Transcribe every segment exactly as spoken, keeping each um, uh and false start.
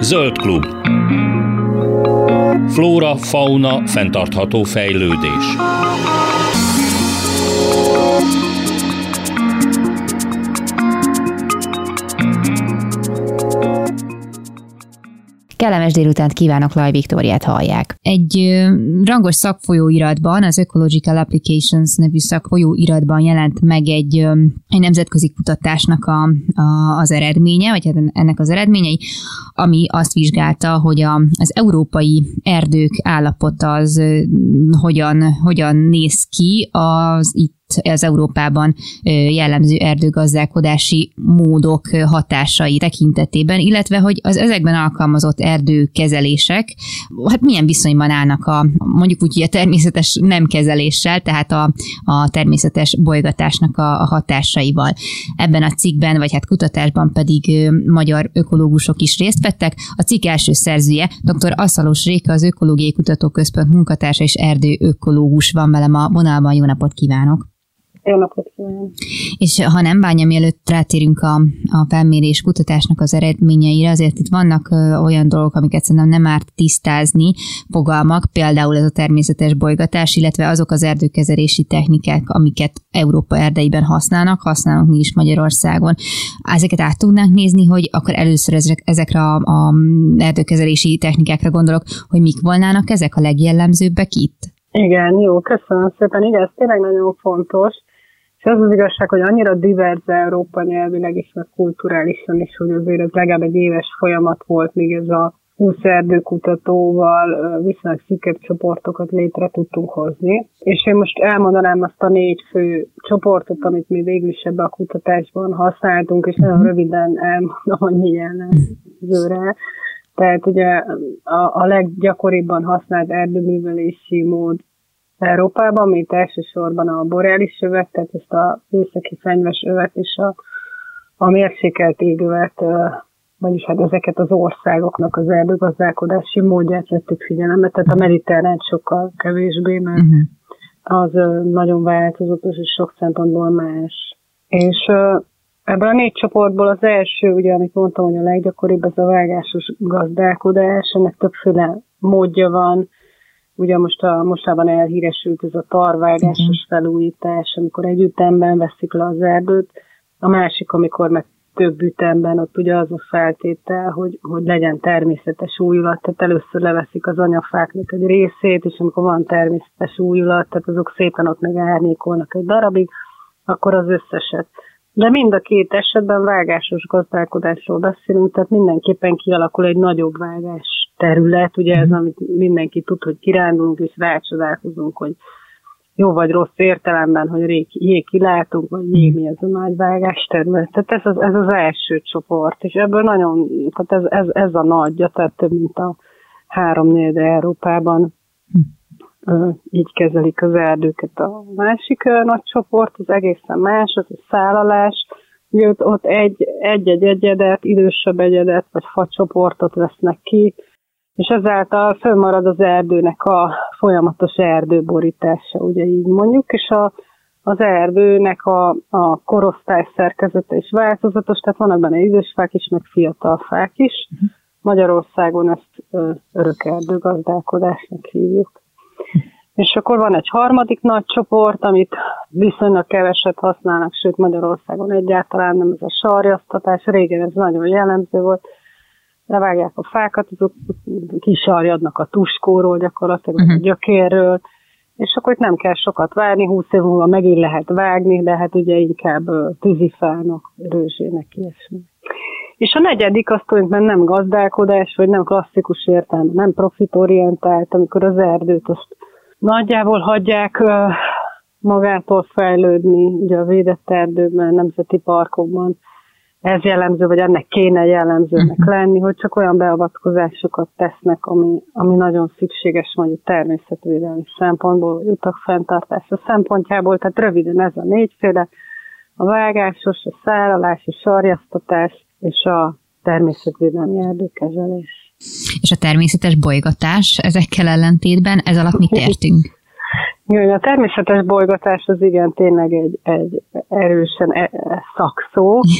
Zöld klub. Flóra, fauna, fenntartható fejlődés. Kellemes délutánt kívánok, Laj Viktóriát hallják. Egy rangos szakfolyóiratban, az Ecological Applications nevű szakfolyóiratban jelent meg egy, egy nemzetközi kutatásnak a, a, az eredménye, vagy ennek az eredményei, ami azt vizsgálta, hogy a, az európai erdők állapota az hogyan, hogyan néz ki az itt az Európában jellemző erdőgazdálkodási módok hatásai tekintetében, illetve hogy az ezekben alkalmazott erdőkezelések, hát milyen viszonyban állnak a, mondjuk úgy, a természetes nem kezeléssel, tehát a, a természetes bolygatásnak a, a hatásaival. Ebben a cikkben, vagy hát kutatásban pedig magyar ökológusok is részt vettek. A cikk első szerzője, dr. Asszalos Réka, az Ökológiai Kutatóközpont munkatársa és erdőökológus van velem a vonalban. Jó napot kívánok! Jó napot kívánok! És ha nem bánja, mielőtt rátérünk a, a felmérés kutatásnak az eredményeire, azért itt vannak ö, olyan dolgok, amiket szerintem nem árt tisztázni, fogalmak, például ez a természetes bolygatás, illetve azok az erdőkezelési technikák, amiket Európa erdeiben használnak, használunk mi is Magyarországon. Ezeket át tudnánk nézni, hogy akkor először ezek, ezekre a, a erdőkezelési technikákra gondolok, hogy mik volnának ezek a legjellemzőbbek itt? Igen, jó, köszönöm szépen. Igen, ez tényleg nagyon fontos. És az az igazság, hogy annyira diverz Európa nyelvileg is, meg kulturálisan is, hogy azért ez legalább egy éves folyamat volt, míg ez a húsz erdőkutatóval viszonylag szűkebb csoportokat létre tudtunk hozni. És én most elmondanám azt a négy fő csoportot, amit mi végül is ebben a kutatásban használtunk, és nagyon röviden elmondom, hogy mi jellemzőre. Tehát ugye a, a leggyakoribban használt erdőművelési mód Európában, mint elsősorban a boreális övet, tehát ezt a északi fenyves övet és a, a mérsékelt égövet, vagyis hát ezeket az országoknak az erdőgazdálkodási módját vettük figyelembe, tehát a mediterrán sokkal kevésbé, mert az nagyon változatos és sok szempontból más. És ebből a négy csoportból az első, ugye, amit mondtam, hogy a leggyakoribb, ez a vágásos gazdálkodás, ennek többféle módja van. Ugye most a, mostában elhíresült ez a tarvágásos felújítás, amikor egy ütemben veszik le az erdőt. A másik, amikor meg több ütemben, ott ugye az a feltétel, hogy, hogy legyen természetes újulat, tehát először leveszik az anyafáknak egy részét, és amikor van természetes újulat, tehát azok szépen ott meg árnyékolnak egy darabig, akkor az összeset. De mind a két esetben vágásos gazdálkodásról beszélünk, tehát mindenképpen kialakul egy nagyobb vágás terület, ugye ez, amit mindenki tud, hogy kirándulunk és rácsodálkozunk, hogy jó vagy rossz értelemben, hogy rég, jé kilátunk, vagy jé mi ez a nagy vágás terület. Tehát ez az, ez az első csoport, és ebből nagyon, tehát ez, ez, ez a nagyja, tehát több mint a három-négy Európában így kezelik az erdőket. A másik nagy csoport, az egészen más, az a szállalás. Ugye ott, ott egy-egy egyedet, idősebb egyedet, vagy facsoportot vesznek ki, és ezáltal fönnmarad az erdőnek a folyamatos erdőborítása, ugye így mondjuk, és a, az erdőnek a, a korosztály szerkezete is változatos, tehát vannak benne idős fák is, meg fiatal fák is. Magyarországon ezt örök erdőgazdálkodásnak hívjuk. És akkor van egy harmadik nagy csoport, amit viszonylag keveset használnak, sőt Magyarországon egyáltalán nem, ez a sarjasztatás. Régen ez nagyon jellemző volt. Levágják a fákat, azok kisarjadnak a tuskóról, gyakorlatilag uh-huh. a gyökérről, és akkor itt nem kell sokat várni, húsz év múlva megint lehet vágni, de hát ugye inkább tűzifának, rőzsének, ilyesmi. És a negyedik az tulajdonképpen nem gazdálkodás, vagy nem klasszikus értelme, nem profitorientált, amikor az erdőt azt nagyjából hagyják uh, magától fejlődni, ugye a védett erdőben, nemzeti parkokban. Ez jellemző, vagy ennek kéne jellemzőnek lenni, hogy csak olyan beavatkozásokat tesznek, ami, ami nagyon szükséges mondjuk természetvédelmi szempontból, vagy utak fenntartása szempontjából. Tehát röviden ez a négyféle, a vágásos, a szállalás, a sarjasztatás és a természetvédelmi erdőkezelés. És a természetes bolygatás ezekkel ellentétben, ez alatt mit értünk? Jó, a természetes bolygatás az igen tényleg egy, egy erősen e- szakszó.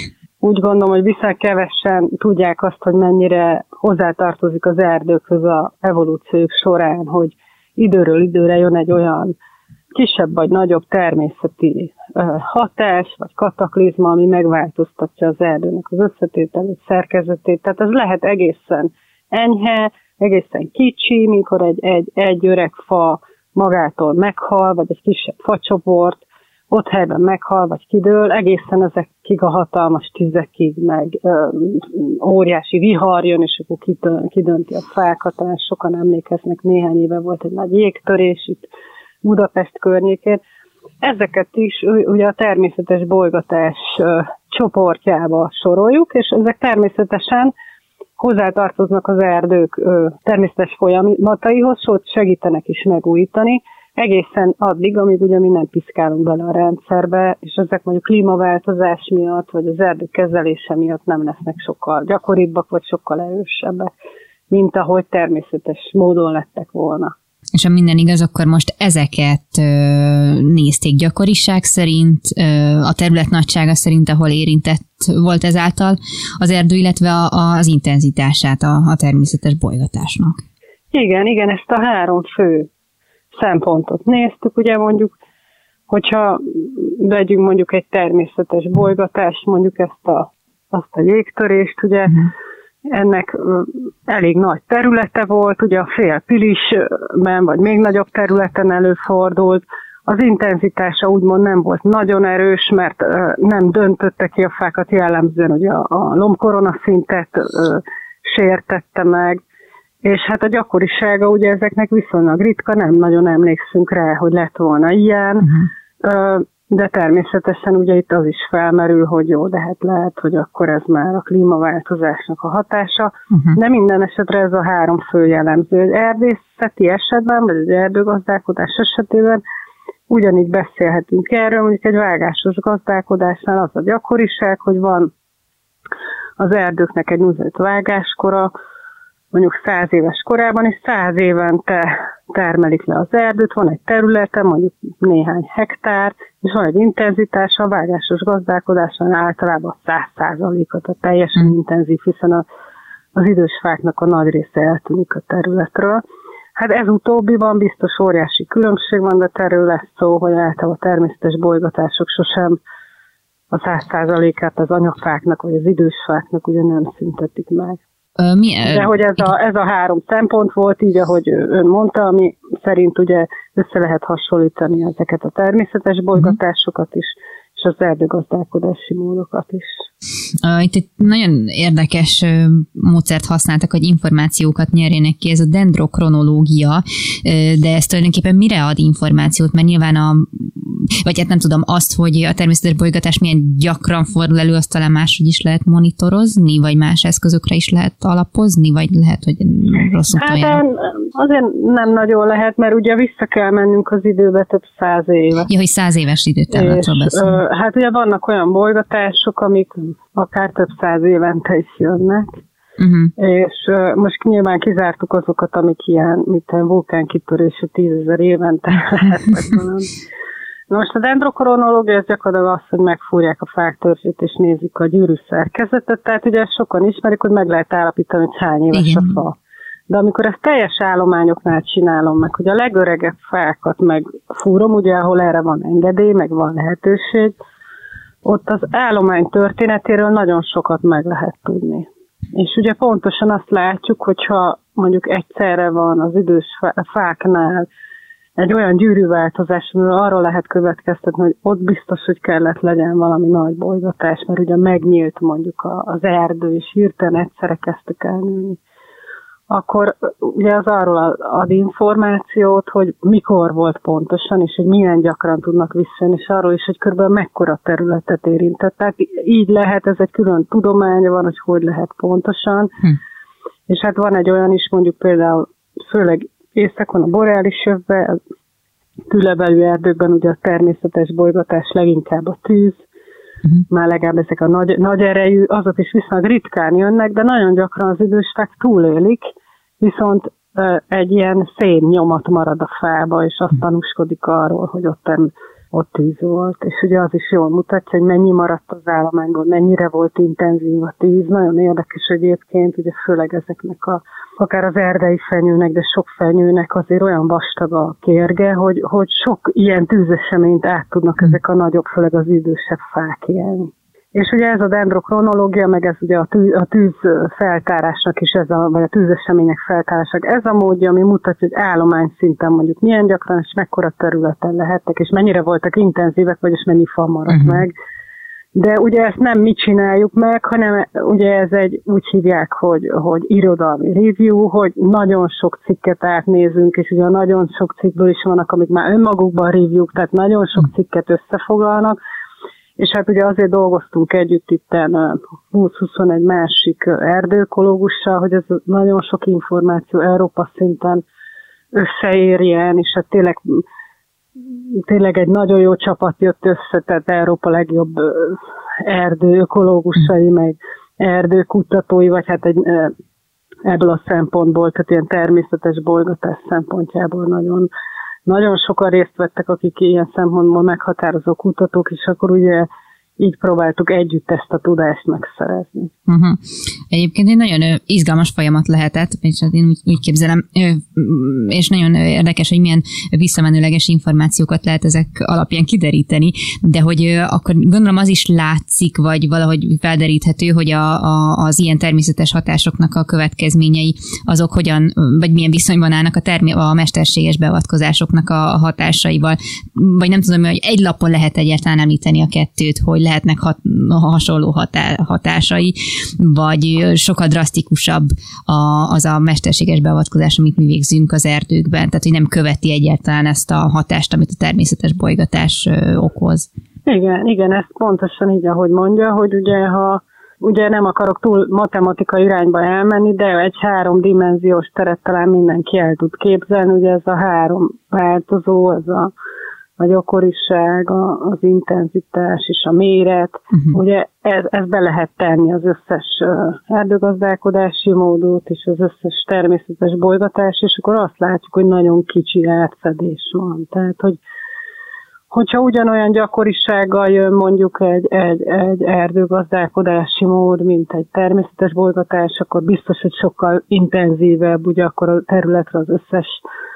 úgy gondolom, hogy viszont kevesen tudják azt, hogy mennyire hozzátartozik az erdőkhöz az evolúciók során, hogy időről időre jön egy olyan kisebb vagy nagyobb természeti hatás, vagy kataklizma, ami megváltoztatja az erdőnek az összetételét, szerkezetét. Tehát ez lehet egészen enyhe, egészen kicsi, mikor egy, egy, egy öreg fa magától meghal, vagy egy kisebb facsoport, ott helyben meghal, vagy kidől, egészen ezekig a hatalmas tüzekig, meg ö, óriási vihar jön, és akkor kidönti a fákat. Talán sokan emlékeznek, néhány éve volt egy nagy jégtörés itt Budapest környékén. Ezeket is ugye a természetes bolygatás ö, csoportjába soroljuk, és ezek természetesen hozzátartoznak az erdők ö, természetes folyamataihoz, sőt segítenek is megújítani, egészen addig, amíg ugye mi nem piszkálunk bele a rendszerbe, és ezek mondjuk klímaváltozás miatt, vagy az erdő kezelése miatt nem lesznek sokkal gyakoribbak, vagy sokkal erősebbek, mint ahogy természetes módon lettek volna. És ha minden igaz, akkor most ezeket ö, nézték gyakoriság szerint, ö, a terület nagysága szerint, ahol érintett volt ezáltal az erdő, illetve a, a, az intenzitását a, a természetes bolygatásnak. Igen, igen, ezt a három fő szempontot néztük, ugye mondjuk, hogyha vegyünk mondjuk egy természetes bolygatást, mondjuk ezt a, azt a jégtörést, ugye, uh-huh. Ennek elég nagy területe volt, ugye a fél Pilisben, vagy még nagyobb területen előfordult. Az intenzitása úgymond nem volt nagyon erős, mert nem döntötte ki a fákat, jellemzően ugye a lombkorona szintet sértette meg, és hát a gyakorisága ugye ezeknek viszonylag ritka, nem nagyon emlékszünk rá, hogy lett volna ilyen, uh-huh. De természetesen ugye itt az is felmerül, hogy jó, de hát lehet, hogy akkor ez már a klímaváltozásnak a hatása, uh-huh. De minden esetre ez a három fő jellemző. Az erdészeti esetben, vagy az erdőgazdálkodás esetében ugyanígy beszélhetünk erről, mondjuk egy vágásos gazdálkodásnál az a gyakoriság, hogy van az erdőknek egy úgynevezett vágáskora, mondjuk száz éves korában, és száz évente termelik le az erdőt, van egy területe, mondjuk néhány hektár, és van egy intenzitása, a vágásos gazdálkodáson általában száz százaléka, tehát teljesen mm. intenzív, hiszen a, az idős fáknak a nagy része eltűnik a területről. Hát ez utóbbiban biztos óriási különbség van, de erről lesz szó, hogy általában a természetes bolygatások sosem a száz százalékát az anyafáknak, vagy az idős fáknak ugye nem szüntetik meg. Mi, De hogy ez a, ez a három szempont volt, így ahogy ön mondta, ami szerint ugye össze lehet hasonlítani ezeket a természetes bolygatásokat is, és az erdőgazdálkodási módokat is. Itt egy nagyon érdekes módszert használtak, hogy információkat nyerjenek ki, ez a dendrokronológia, de ez tulajdonképpen mire ad információt? Mert nyilván a, vagy hát nem tudom, azt, hogy a természetes bolygatás milyen gyakran fordul elő, azt talán máshogy is lehet monitorozni, vagy más eszközökre is lehet alapozni, vagy lehet, hogy rosszul hát azért nem nagyon lehet, mert ugye vissza kell mennünk az időbe több száz éve. Ja, hogy száz éves időtávlatról beszélünk. Hát ugye vannak olyan bolygatások, amik akár több száz évente is jönnek, uh-huh. és uh, most nyilván kizártuk azokat, amik ilyen, mint a vulkánkitörésű tízezer évente lehet. Na most a dendrokronológia ez gyakorlatilag az, hogy megfúrják a fák törzsét, és nézik a gyűrű szerkezetet, tehát ugye sokan ismerik, hogy meg lehet állapítani, hogy hány éves igen. a fa. De amikor ezt teljes állományoknál csinálom meg, hogy a legöregebb fákat megfúrom, ugye ahol erre van engedély, meg van lehetőség, ott az állomány történetéről nagyon sokat meg lehet tudni. És ugye pontosan azt látjuk, hogyha mondjuk egyszerre van az idős fáknál egy olyan gyűrűváltozás, amiről arról lehet következtetni, hogy ott biztos, hogy kellett legyen valami nagy bolygatás, mert ugye megnyílt mondjuk az erdő, és hirtelen egyszerre kezdtek elnőni. Akkor ugye az arról ad információt, hogy mikor volt pontosan, és hogy milyen gyakran tudnak visszajönni, és arról is, hogy körülbelül mekkora területet érintett. Tehát így lehet, ez egy külön tudománya van, hogy hogy lehet pontosan. Hm. És hát van egy olyan is, mondjuk például főleg északon a boreális övben, a tülevelű erdőkben ugye a természetes bolygatás leginkább a tűz, uh-huh. már legalább ezek a nagy, nagy erejű, azok is viszonylag ritkán jönnek, de nagyon gyakran az idős fák túlélik, viszont uh, egy ilyen szén nyomat marad a fába, és azt tanúskodik arról, hogy ott ott tűz volt. És ugye az is jól mutatja, hogy mennyi maradt az állományból, mennyire volt intenzív a tűz. Nagyon érdekes egyébként, ugye főleg ezeknek a, akár az erdei fenyőnek, de sok fenyőnek azért olyan vastag a kérge, hogy, hogy sok ilyen tűzeseményt át tudnak ezek a nagyobb, főleg az idősebb fák élni. És ugye ez a dendrokronológia, meg ez ugye a tűz, a tűz feltárásnak is, ez a, vagy a tűzesemények feltárásnak ez a módja, ami mutatja, hogy állomány szinten mondjuk milyen gyakran és mekkora területen lehettek, és mennyire voltak intenzívek, vagyis mennyi fa maradt uh-huh. meg. De ugye ezt nem mi csináljuk meg, hanem ugye ez egy, úgy hívják, hogy, hogy irodalmi review, hogy nagyon sok cikket átnézünk, és ugye nagyon sok cikkből is vannak, amik már önmagukban review-k, tehát nagyon sok cikket összefoglalnak. És hát ugye azért dolgoztunk együtt itten húsz-huszonegy másik erdőökológussal, hogy ez nagyon sok információ Európa szinten összeérjen, és hát tényleg, tényleg egy nagyon jó csapat jött össze, tehát Európa legjobb erdőökológusai, meg erdőkutatói, vagy hát egy, ebből a szempontból, tehát ilyen természetes bolygatás szempontjából nagyon Nagyon sokan részt vettek, akik ilyen szempontból meghatározó kutatók, és akkor ugye így próbáltuk együtt ezt a tudást megszerezni. Uh-huh. Egyébként egy nagyon izgalmas folyamat lehetett, és én úgy, úgy képzelem, és nagyon érdekes, hogy milyen visszamenőleges információkat lehet ezek alapján kideríteni, de hogy akkor gondolom az is látszik, vagy valahogy felderíthető, hogy a, a, az ilyen természetes hatásoknak a következményei, azok hogyan, vagy milyen viszonyban állnak a, termé- a mesterséges beavatkozásoknak a hatásaival, vagy nem tudom, hogy egy lapon lehet egyáltalán említeni a kettőt, hogy lehetnek hat, hasonló hatá, hatásai, vagy sokkal drasztikusabb a, az a mesterséges beavatkozás, amit mi végzünk az erdőkben, tehát hogy nem követi egyáltalán ezt a hatást, amit a természetes bolygatás okoz. Igen, igen, ez pontosan így, ahogy mondja, hogy ugye, ha ugye nem akarok túl matematikai irányba elmenni, de egy háromdimenziós teret talán mindenki el tud képzelni, ugye ez a három változó, ez a a gyakoriság, az intenzitás és a méret. Uh-huh. Ugye ez, ez be lehet tenni az összes erdőgazdálkodási módot és az összes természetes bolygatás, és akkor azt látjuk, hogy nagyon kicsi átfedés van. Tehát, hogy hogyha ugyanolyan gyakorisággal jön mondjuk egy, egy, egy erdőgazdálkodási mód, mint egy természetes bolygatás, akkor biztos, hogy sokkal intenzívebb, ugye akkor a területre az összes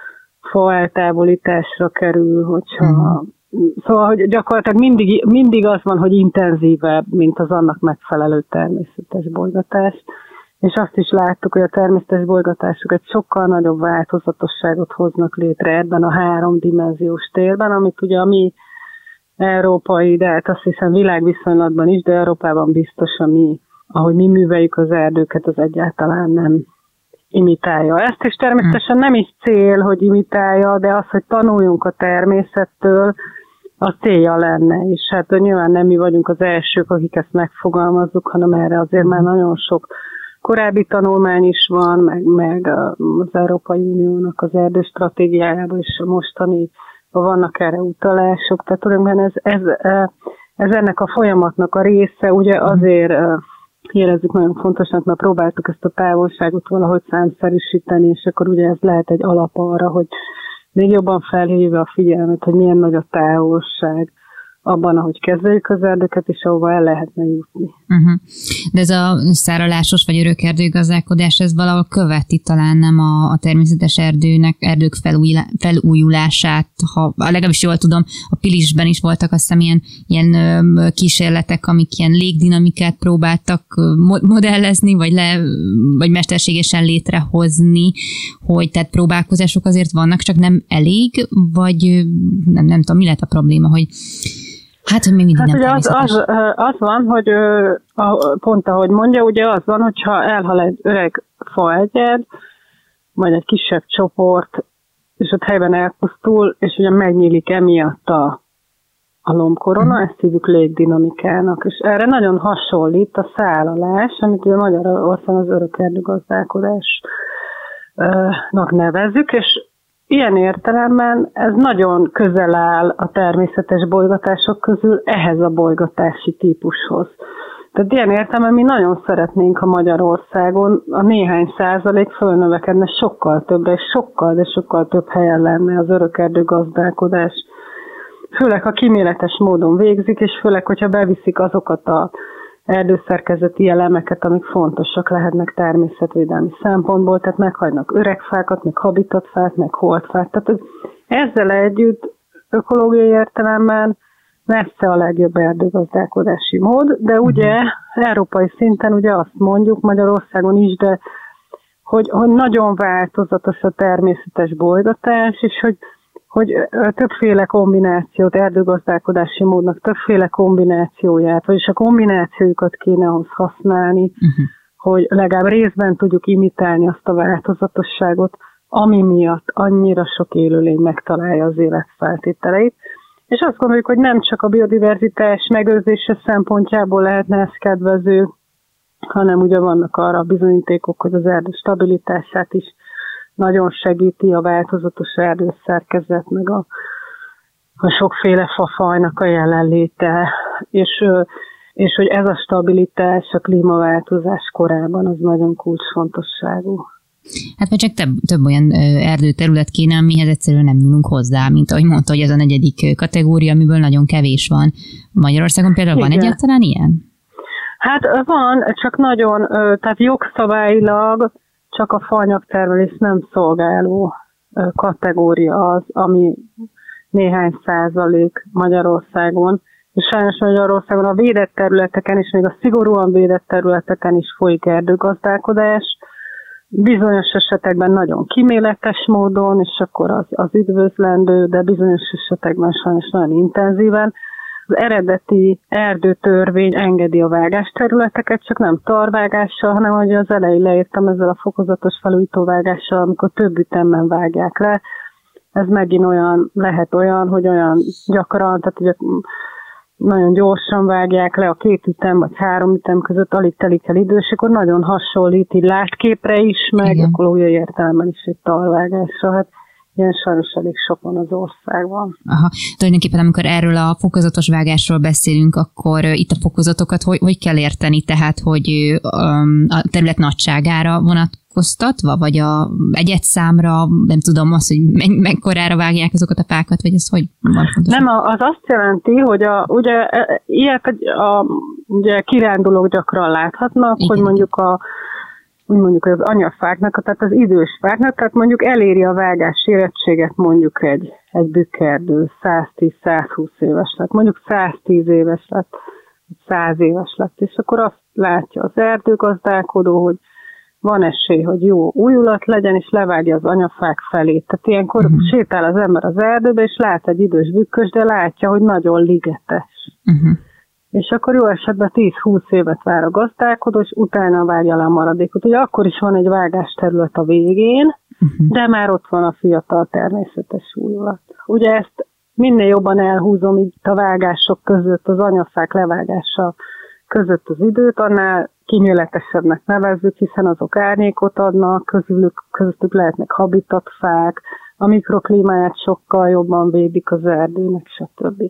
fa eltávolításra kerül, hogyha... Mm. Szóval, hogy gyakorlatilag mindig, mindig az van, hogy intenzívebb, mint az annak megfelelő természetes bolygatás. És azt is láttuk, hogy a természetes bolygatások egy sokkal nagyobb változatosságot hoznak létre ebben a háromdimenziós térben, amit ugye a mi európai, de hát azt hiszem világviszonylatban is, de Európában biztos, ami, ahogy mi műveljük az erdőket, az egyáltalán nem imitálja ezt, és természetesen nem is cél, hogy imitálja, de az, hogy tanuljunk a természettől, az célja lenne, és hát nyilván nem mi vagyunk az elsők, akik ezt megfogalmazzuk, hanem erre azért már nagyon sok korábbi tanulmány is van, meg, meg az Európai Uniónak az erdőstratégiájában is a mostani vannak erre utalások, tehát tulajdonképpen ez, ez, ez ennek a folyamatnak a része, ugye azért érezzük nagyon fontosnak, mert próbáltuk ezt a távolságot valahogy számszerűsíteni, és akkor ugye ez lehet egy alap arra, hogy még jobban felhívja a figyelmet, hogy milyen nagy a távolság abban, ahogy kezeljük az erdőket, és ahova el lehetne jutni. Uh-huh. De ez a száralásos vagy örökerdőgazdálkodás, ez valahol követi talán nem a, a természetes erdőnek, erdők felújulá, felújulását, ha legalábbis jól tudom, a Pilisben is voltak azt hiszem ilyen, ilyen ö, kísérletek, amik ilyen légdinamikát próbáltak modellezni, vagy, le, vagy mesterségesen létrehozni, hogy tehát próbálkozások azért vannak, csak nem elég, vagy nem, nem tudom, mi lehet a probléma, hogy Hát, hogy még mindig hát, nem az, az, az van, hogy pont ahogy mondja, ugye az van, hogyha elhal egy öreg faegyed, vagy egy kisebb csoport, és ott helyben elpusztul, és ugye megnyílik emiatt a, a lombkorona, mm. ezt hívjuk légdinamikának, és erre nagyon hasonlít a szállalás, amit ugye Magyarországon az örökerdőgazdálkodásnak nevezzük, és ilyen értelemben ez nagyon közel áll a természetes bolygatások közül ehhez a bolygatási típushoz. Tehát ilyen értelemben mi nagyon szeretnénk, ha Magyarországon a néhány százalék fölnövekedne sokkal többre, és sokkal, de sokkal több helyen lenne az örökerdőgazdálkodás főleg ha kíméletes módon végzik, és főleg, hogyha beviszik azokat a erdőszerkezeti elemeket, amik fontosak lehetnek természetvédelmi szempontból, tehát meghagynak öregfákat, meg habitatfát, meg holdfát. Tehát ezzel együtt ökológiai értelemben messze a legjobb erdőgazdálkodási mód, de ugye európai szinten ugye azt mondjuk, Magyarországon is, de hogy, hogy nagyon változatos a természetes bolygatás, és hogy, hogy többféle kombinációt, erdőgazdálkodási módnak többféle kombinációját, vagyis a kombinációjukat kéne ahhoz használni, uh-huh. hogy legalább részben tudjuk imitálni azt a változatosságot, ami miatt annyira sok élőlény megtalálja az életfeltételeit. És azt gondoljuk, hogy nem csak a biodiverzitás megőrzése szempontjából lehetne ez kedvező, hanem ugye vannak arra a bizonyítékok, hogy az erdő stabilitását is nagyon segíti a változatos erdőszerkezet, meg a, a sokféle fafajnak a jelenléte, és, és hogy ez a stabilitás a klímaváltozás korában az nagyon kulcsfontosságú. Hát vagy csak több, több olyan erdőterület kéne, amihez egyszerűen nem nyúlunk hozzá, mint ahogy mondta, hogy ez a negyedik kategória, amiből nagyon kevés van. Magyarországon például Igen. van egyáltalán ilyen? Hát van, csak nagyon, tehát jogszabályilag csak a faanyagtermelés nem szolgáló kategória az, ami néhány százalék Magyarországon, és sajnos Magyarországon a védett területeken is, még a szigorúan védett területeken is folyik erdőgazdálkodás, bizonyos esetekben nagyon kíméletes módon, és akkor az, az üdvözlendő, de bizonyos esetekben sajnos nagyon intenzíven. Az eredeti erdőtörvény engedi a vágásterületeket, csak nem tarvágással, hanem ahogy az elején leírtam ezzel a fokozatos felújítóvágással, amikor több ütemben vágják le. Ez megint olyan, lehet olyan, hogy olyan gyakran, tehát ugye nagyon gyorsan vágják le a két ütem vagy három ütem között, alig telik el idő, és akkor nagyon hasonlít így látképre is, meg Igen. ökológiai értelemben is egy talvágásra. Hát ilyen sajnos elég sok van az országban. Aha. Tulajdonképpen amikor erről a fokozatos vágásról beszélünk, akkor itt a fokozatokat hogy, hogy kell érteni? Tehát, hogy um, a terület nagyságára vonatkoztatva, vagy a egyedszámra, nem tudom azt, hogy me- mekkorára vágják azokat a fákat, vagy ez hogy van fontos? Nem, az azt jelenti, hogy a, ugye, ilyet a, ugye kirándulók gyakran láthatnak, Igen. hogy mondjuk a úgy mondjuk az anyafáknak, tehát az idős fáknak, tehát mondjuk eléri a vágás érettséget mondjuk egy, egy bükkerdő, száztíz-százhúsz éves lett, mondjuk száztíz éves lett, száz éves lett, és akkor azt látja az erdőgazdálkodó, hogy van esély, hogy jó újulat legyen, és levágja az anyafák felé. Tehát ilyenkor uh-huh. sétál az ember az erdőbe, és lát egy idős bükkös, de látja, hogy nagyon ligetes. Uh-huh. És akkor jó esetben tíz-húsz évet vár a gazdálkodó, és utána vágja le a maradékot. Ugye akkor is van egy vágásterület a végén, uh-huh. de már ott van a fiatal természetes újulat. Ugye ezt minél jobban elhúzom itt a vágások között, az anyafák levágása között az időt, annál kíméletesebbnek nevezzük, hiszen azok árnyékot adnak, közülük, közöttük lehetnek habitatfák, a mikroklímáját sokkal jobban védik az erdőnek, stb.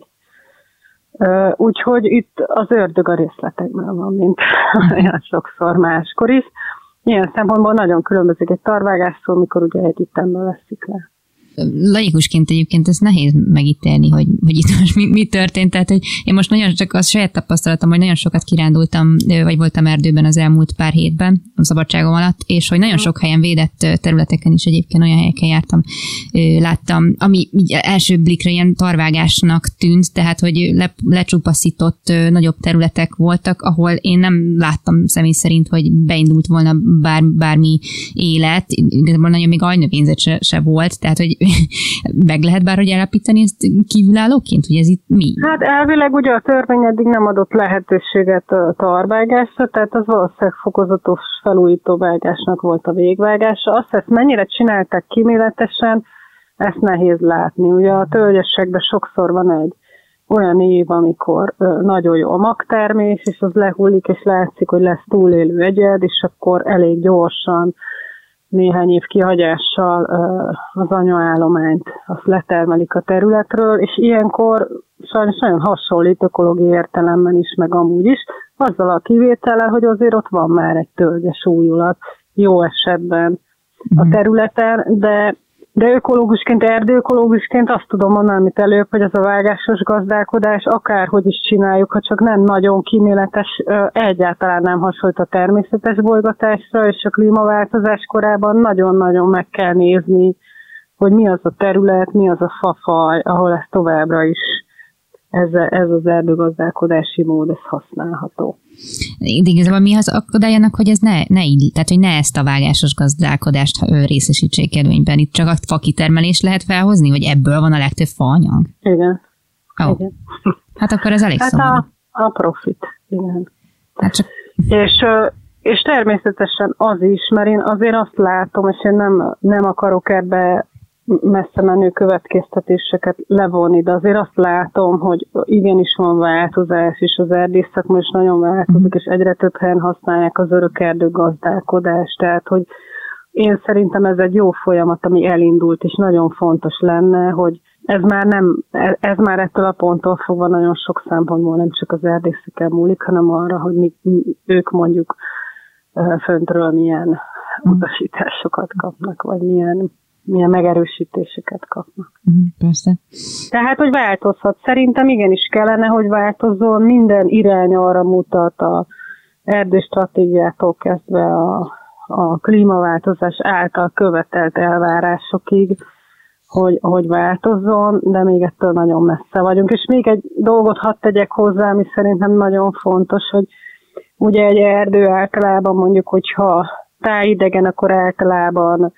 Uh, úgyhogy itt az ördög a részletekben van, mint olyan sokszor máskor is. Ilyen szempontból nagyon különbözik egy tarvágástól, mikor ugye egy ütemben veszik le. Laikusként egyébként ez nehéz megítélni, hogy, hogy itt most mi, mi történt. Tehát, hogy én most nagyon csak az saját tapasztalatom, hogy nagyon sokat kirándultam, vagy voltam erdőben az elmúlt pár hétben, a szabadságom alatt, és hogy nagyon sok helyen védett területeken is egyébként olyan helyeken jártam, láttam, ami első blikre ilyen tarvágásnak tűnt, tehát, hogy le, lecsupaszított nagyobb területek voltak, ahol én nem láttam személy szerint, hogy beindult volna bár, bármi élet, igazából nagyon még aljnövényzet se, se volt, tehát, hogy meg lehet bárhogy állapítani ezt kívülállóként, hogy ez itt mi? Hát elvileg ugye a törvény eddig nem adott lehetőséget a tarvágásra, tehát az valószínűleg fokozatos felújítóvágásnak volt a végvágása. Azt, ezt mennyire csinálták kíméletesen, ezt nehéz látni. Ugye a tölgyesekben sokszor van egy olyan év, amikor nagyon jó a magtermés, és az lehullik, és látszik, hogy lesz túlélő egyed, és akkor elég gyorsan néhány év kihagyással az anyaállományt azt letermelik a területről, és ilyenkor sajnos nagyon hasonlít ökológiai értelemben is, meg amúgy is, azzal a kivétellel, hogy azért ott van már egy tölgyes újulat jó esetben a területen, de De ökológusként, erdőökológusként azt tudom mondani, amit előbb, hogy ez a vágásos gazdálkodás, akárhogy is csináljuk, ha csak nem nagyon kíméletes, egyáltalán nem hasonlít a természetes bolygatásra, és a klímaváltozás korában nagyon-nagyon meg kell nézni, hogy mi az a terület, mi az a fafaj, ahol ez továbbra is, ez, ez az erdőgazdálkodási mód, ez használható. De igazából mi az akadályanak, hogy ez ne, ne így, tehát hogy ne ezt a vágásos gazdálkodást részesítsék előnyben. Itt csak a fakitermelés lehet felhozni, hogy ebből van a legtöbb faanyag? Igen. Oh. Igen. Hát akkor ez elég hát szomorú. A, a profit, igen. Hát csak... És, és természetesen az is, mert én azért azt látom, és én nem, nem akarok ebbe messze menő következtetéseket levonni, de azért azt látom, hogy igenis van változás, és az erdészek most nagyon változik, és egyre több helyen használják az örökerdő gazdálkodást, tehát hogy én szerintem ez egy jó folyamat, ami elindult, és nagyon fontos lenne, hogy ez már nem, ez már ettől a ponttól fogva nagyon sok szempontból nem csak az erdészekkel múlik, hanem arra, hogy mi, ők mondjuk föntről milyen utasításokat kapnak, vagy milyen milyen megerősítéseket kapnak. Uh-huh, persze. Tehát, hogy változhat. Szerintem igenis kellene, hogy változzon. Minden irány arra mutat a erdőstratégiától kezdve a, a klímaváltozás által követelt elvárásokig, hogy, hogy változzon, de még ettől nagyon messze vagyunk. És még egy dolgot hadd tegyek hozzá, ami szerintem nagyon fontos, hogy ugye egy erdő általában mondjuk, hogyha tájidegen, akkor általában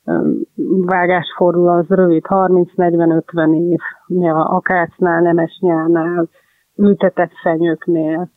vágásfordul az rövid, harminc-negyven-ötven év, a akácnál, nemesnyánál, ültetett fenyőknél.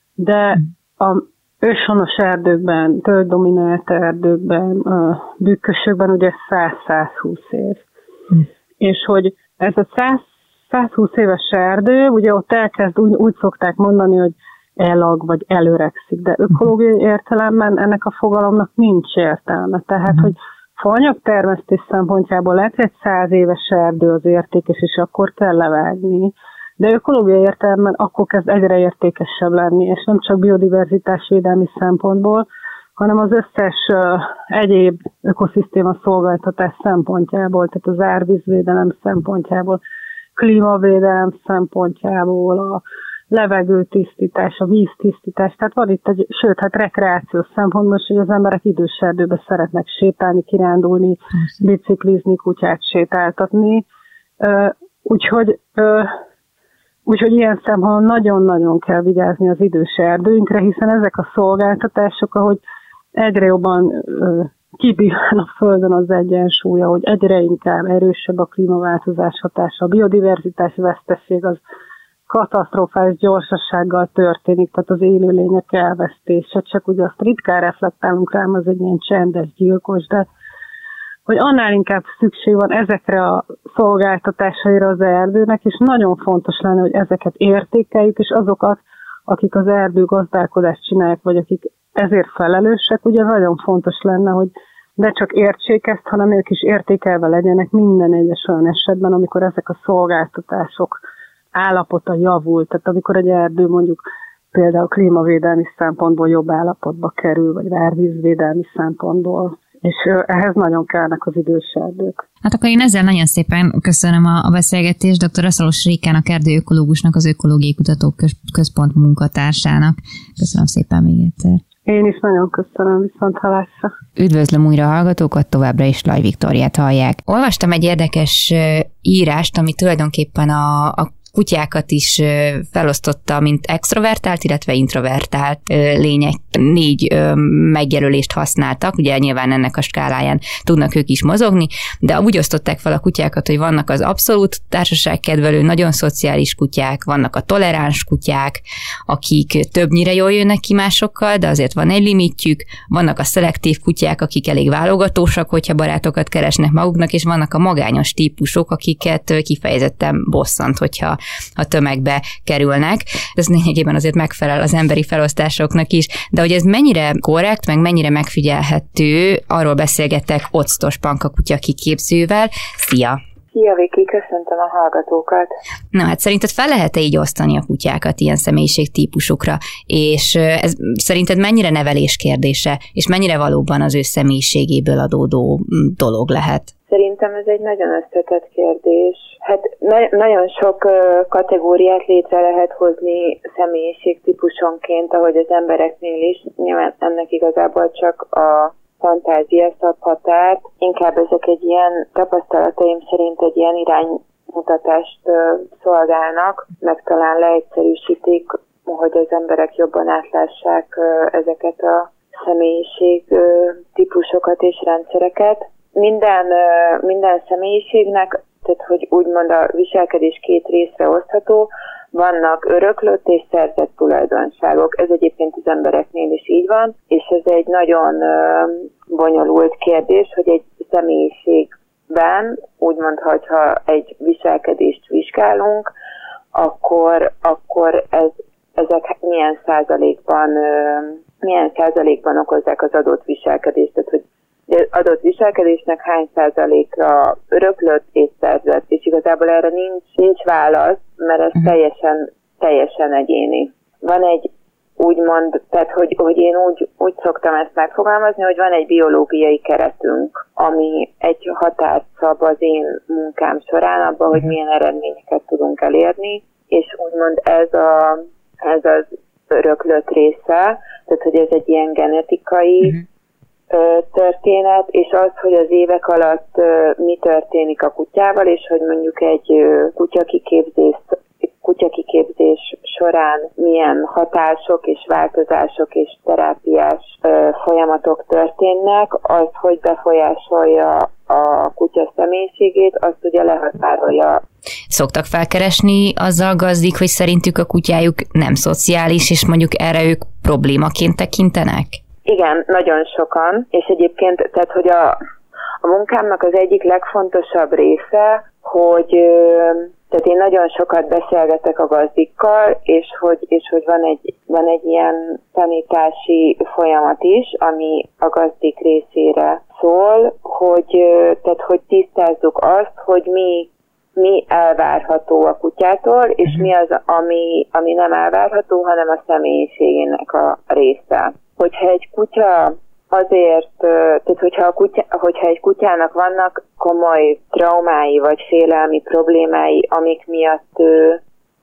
De a őshonos erdőkben, tölgydominált erdőkben, bükkösökben ugye száz-százhúsz év. Mm. És hogy ez a száz-százhúsz éves erdő, ugye ott elkezd, úgy, úgy szokták mondani, hogy elag vagy előregszik, de ökológiai értelemben ennek a fogalomnak nincs értelme. Tehát, mm. hogy faanyagtermesztés szempontjából lehet egy száz éves erdő az értékes, és akkor kell levágni. De ökológiai értelemben akkor kezd egyre értékesebb lenni, és nem csak biodiverzitásvédelmi szempontból, hanem az összes uh, egyéb ökoszisztéma szolgáltatás szempontjából, tehát az árvízvédelem szempontjából, klímavédelem szempontjából, a levegőtisztítás, a víztisztítás, tehát van itt egy, sőt, hát rekreációs szempontból, hogy az emberek idős erdőbe szeretnek sétálni, kirándulni, biciklizni, kutyát sétáltatni, uh, úgyhogy uh, Úgyhogy ilyen szempontból nagyon-nagyon kell vigyázni az idős erdőinkre, hiszen ezek a szolgáltatások, ahogy egyre jobban ö, kibírán a Földön az egyensúly, hogy egyre inkább erősebb a klímaváltozás hatása, a biodiverzitás veszteség az katasztrofális gyorsasággal történik, tehát az élőlények elvesztése, csak ugye azt ritkán reflektálunk rám, az egy ilyen csendes gyilkos, de hogy annál inkább szükség van ezekre a szolgáltatásaira az erdőnek, és nagyon fontos lenne, hogy ezeket értékeljük, és azokat, akik az erdőgazdálkodást csinálják, vagy akik ezért felelősek, ugye nagyon fontos lenne, hogy ne csak értsék ezt, hanem ők is értékelve legyenek minden egyes olyan esetben, amikor ezek a szolgáltatások állapota javul, tehát amikor egy erdő mondjuk például klímavédelmi szempontból jobb állapotba kerül, vagy árvízvédelmi szempontból, és ehhez nagyon kellnek az idős erdők. Hát akkor én ezzel nagyon szépen köszönöm a, a beszélgetést dr. Asztalos Rékának, erdőökológusnak, az Ökológiai Kutatóközpont munkatársának. Köszönöm szépen még egyszer. Én is nagyon köszönöm, viszont hallásra. Üdvözlöm újra a hallgatókat, továbbra is Laj Viktóriát hallják. Olvastam egy érdekes írást, ami tulajdonképpen a, a kutyákat is felosztotta, mint extrovertált, illetve introvertált lények. Négy megjelölést használtak, ugye nyilván ennek a skáláján tudnak ők is mozogni, de úgy osztották fel a kutyákat, hogy vannak az abszolút társaságkedvelő, nagyon szociális kutyák, vannak a toleráns kutyák, akik többnyire jól jönnek ki másokkal, de azért van egy limitjük, vannak a szelektív kutyák, akik elég válogatósak, hogyha barátokat keresnek maguknak, és vannak a magányos típusok, akiket kifejezetten bosszant, hogyha a tömegbe kerülnek. Ez lényegében azért megfelel az emberi felosztásoknak is, de hogy ez mennyire korrekt, meg mennyire megfigyelhető, arról beszélgettek Octos Panka kutya kiképzővel. Szia! Szia, Viki, köszöntöm a hallgatókat. Na hát szerinted fel lehet-e így osztani a kutyákat ilyen személyiségtípusokra, és ez szerinted mennyire nevelés kérdése, és mennyire valóban az ő személyiségéből adódó dolog lehet? Szerintem ez egy nagyon összetett kérdés. Hát na- nagyon sok uh, kategóriát létre lehet hozni személyiségtípusonként, ahogy az embereknél is. Nyilván ennek igazából csak a fantázia szab határt. Inkább ezek egy ilyen tapasztalataim szerint egy ilyen iránymutatást uh, szolgálnak, meg talán leegyszerűsítik, hogy az emberek jobban átlássák uh, ezeket a személyiség uh, típusokat és rendszereket. Minden, minden személyiségnek, tehát hogy úgymond a viselkedés két részre osztható, vannak öröklött és szerzett tulajdonságok. Ez egyébként az embereknél is így van, és ez egy nagyon bonyolult kérdés, hogy egy személyiségben, úgymond, hogyha egy viselkedést vizsgálunk, akkor, akkor ez, ezek milyen százalékban, milyen százalékban okozzák az adott viselkedést, tehát hogy de adott viselkedésnek hány százalékra öröklött és szerzett, és igazából erre nincs, nincs válasz, mert ez teljesen, teljesen egyéni. Van egy úgymond, tehát hogy, hogy én úgy, úgy szoktam ezt megfogalmazni, hogy van egy biológiai keretünk, ami egy határt szab az én munkám során abban, hogy milyen eredményeket tudunk elérni, és úgymond ez, a, ez az öröklött része, tehát hogy ez egy ilyen genetikai uh-huh. történet, és az, hogy az évek alatt mi történik a kutyával, és hogy mondjuk egy kutyakiképzés, kutyakiképzés során milyen hatások és változások és terápiás folyamatok történnek, az, hogy befolyásolja a kutya személyiségét, azt ugye lehatárolja. Szoktak felkeresni azzal gazdik, hogy szerintük a kutyájuk nem szociális, és mondjuk erre ők problémaként tekintenek? Igen, nagyon sokan, és egyébként, tehát, hogy a, a munkámnak az egyik legfontosabb része, hogy tehát én nagyon sokat beszélgetek a gazdikkal, és hogy, és hogy van, egy, van egy ilyen tanítási folyamat is, ami a gazdik részére szól, hogy, tehát, hogy tisztázzuk azt, hogy mi, mi elvárható a kutyától, és mi az, ami, ami nem elvárható, hanem a személyiségének a része. Hogyha egy kutya azért, tehát hogyha, a kutya, hogyha egy kutyának vannak komoly traumái vagy félelmi problémái, amik miatt ő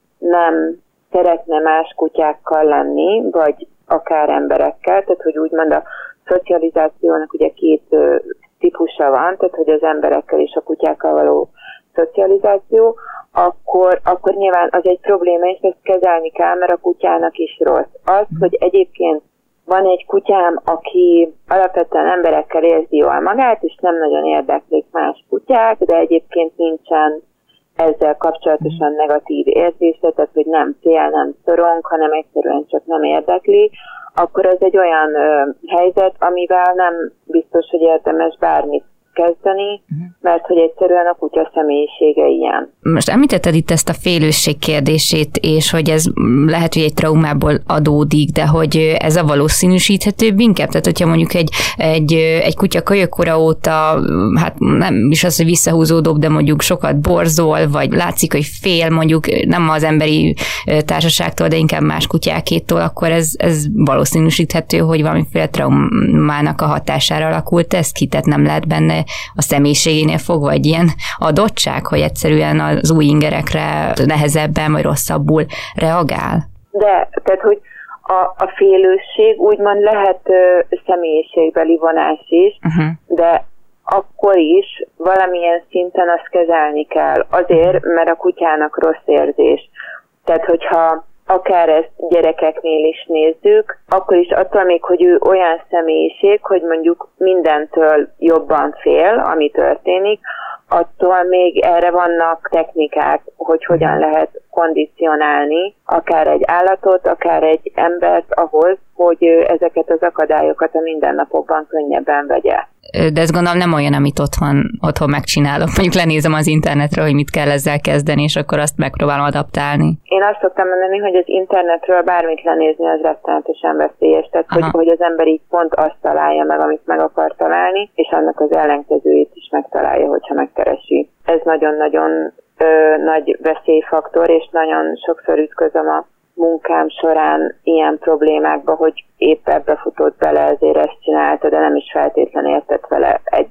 nem szeretne más kutyákkal lenni, vagy akár emberekkel, tehát hogy úgymond a szocializációnak ugye két típusa van, tehát hogy az emberekkel és a kutyákkal való szocializáció, akkor, akkor nyilván az egy probléma, és ezt kezelni kell, mert a kutyának is rossz. Az, hogy egyébként van egy kutyám, aki alapvetően emberekkel érzi jól magát, és nem nagyon érdeklik más kutyák, de egyébként nincsen ezzel kapcsolatosan negatív érzése, tehát hogy nem fél, nem szorong, hanem egyszerűen csak nem érdekli, akkor ez egy olyan ö, helyzet, amivel nem biztos, hogy érdemes bármit kezdeni, mert hogy egyszerűen a kutya személyisége ilyen. Most említetted itt ezt a félősség kérdését, és hogy ez lehet, hogy egy traumából adódik, de hogy ez a valószínűsíthetőbb inkább? Tehát, hogyha mondjuk egy, egy, egy kutya kölyökkora óta, hát nem is az, hogy visszahúzódóbb, de mondjuk sokat borzol, vagy látszik, hogy fél mondjuk nem az emberi társaságtól, de inkább más kutyákétól, akkor ez, ez valószínűsíthető, hogy valamiféle traumának a hatására alakult ez ki, tehát nem lehet benne a személyiségénél fogva egy ilyen adottság, hogy egyszerűen az új ingerekre nehezebben vagy rosszabbul reagál? De, tehát, hogy a, a félősség úgymond lehet ö, személyiségbeli vonás is, uh-huh. de akkor is valamilyen szinten azt kezelni kell. Azért, mert a kutyának rossz érzés. Tehát, hogyha akár ezt gyerekeknél is nézzük, akkor is attól még, hogy ő olyan személyiség, hogy mondjuk mindentől jobban fél, ami történik, attól még erre vannak technikák, hogy hogyan lehet kondicionálni akár egy állatot, akár egy embert ahhoz, hogy ezeket az akadályokat a mindennapokban könnyebben vegye. De ezt gondolom nem olyan, amit otthon, otthon megcsinálok. Mondjuk lenézem az internetről, hogy mit kell ezzel kezdeni, és akkor azt megpróbálom adaptálni. Én azt szoktam mondani, hogy az internetről bármit lenézni, az rettenetesen veszélyes. Tehát, hogy, hogy az ember így pont azt találja meg, amit meg akar találni, és annak az ellenkezőjét is megtalálja, hogyha megkeresi. Ez nagyon-nagyon ö, nagy veszélyfaktor, és nagyon sokszor ütközöm a munkám során ilyen problémákba, hogy épp ebbe futott bele, ezért ezt csinálta, de nem is feltétlenül értett vele egyet,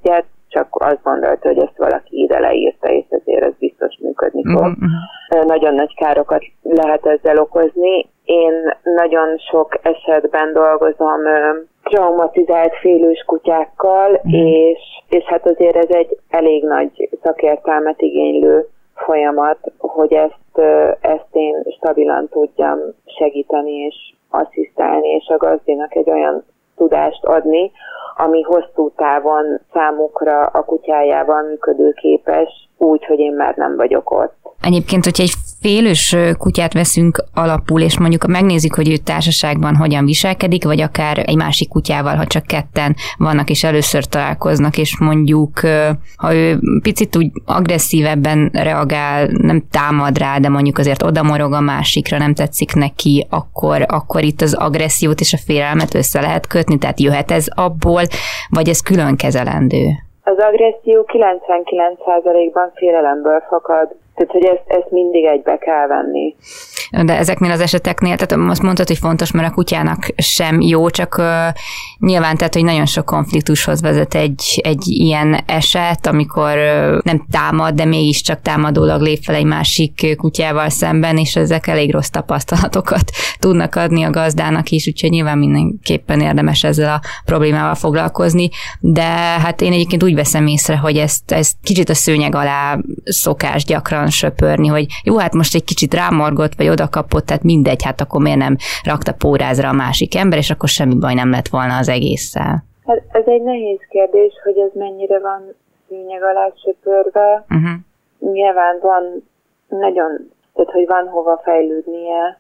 csak azt gondolta, hogy ezt valaki ide leírta, és ezért ez biztos működni fog. Mm-hmm. Nagyon nagy károkat lehet ezzel okozni. Én nagyon sok esetben dolgozom traumatizált félős kutyákkal, mm. és, és hát azért ez egy elég nagy szakértelmet igénylő folyamat, hogy ezt, ezt én stabilan tudjam segíteni és asszisztálni, és a gazdinak egy olyan tudást adni, ami hosszú távon számukra a kutyájával működőképes, úgy, hogy én már nem vagyok ott. Egyébként, hogyha egy félős kutyát veszünk alapul, és mondjuk megnézzük, hogy ő társaságban hogyan viselkedik, vagy akár egy másik kutyával, ha csak ketten vannak és először találkoznak, és mondjuk, ha ő picit úgy agresszívebben reagál, nem támad rá, de mondjuk azért odamorog a másikra, nem tetszik neki, akkor, akkor itt az agressziót és a félelmet össze lehet kötni, tehát jöhet ez abból, vagy ez külön kezelendő? Az agresszió kilencvenkilenc százalékban félelemből fakad. Tehát, hogy ezt, ezt mindig egybe kell venni. De ezeknél az eseteknél, tehát azt mondtad, hogy fontos, mert a kutyának sem jó, csak uh, nyilván, tehát, hogy nagyon sok konfliktushoz vezet egy, egy ilyen eset, amikor uh, nem támad, de mégiscsak támadólag lép fel egy másik kutyával szemben, és ezek elég rossz tapasztalatokat tudnak adni a gazdának is, úgyhogy nyilván mindenképpen érdemes ezzel a problémával foglalkozni, de hát én egyébként úgy veszem észre, hogy ezt, ezt kicsit a szőnyeg alá szokás gyakran söpörni, hogy jó, hát most egy kicsit rámorgott, vagy oda kapott, tehát mindegy, hát akkor miért nem rakta pórázra a másik ember, és akkor semmi baj nem lett volna az egésszel. Hát ez egy nehéz kérdés, hogy ez mennyire van szőnyeg alá söpörve. Uh-huh. Nyilván van nagyon, tehát hogy van hova fejlődnie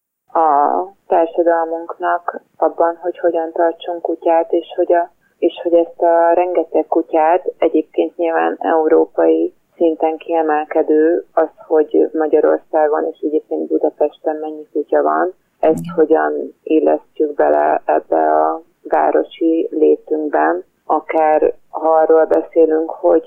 a társadalmunknak abban, hogy hogyan tartsunk kutyát, és hogy, a, és hogy ezt a rengeteg kutyát, egyébként nyilván európai szinten kiemelkedő az, hogy Magyarországon és egyébként Budapesten mennyi kutya van, ezt hogyan illesztjük bele ebbe a városi létünkben, akár ha arról beszélünk, hogy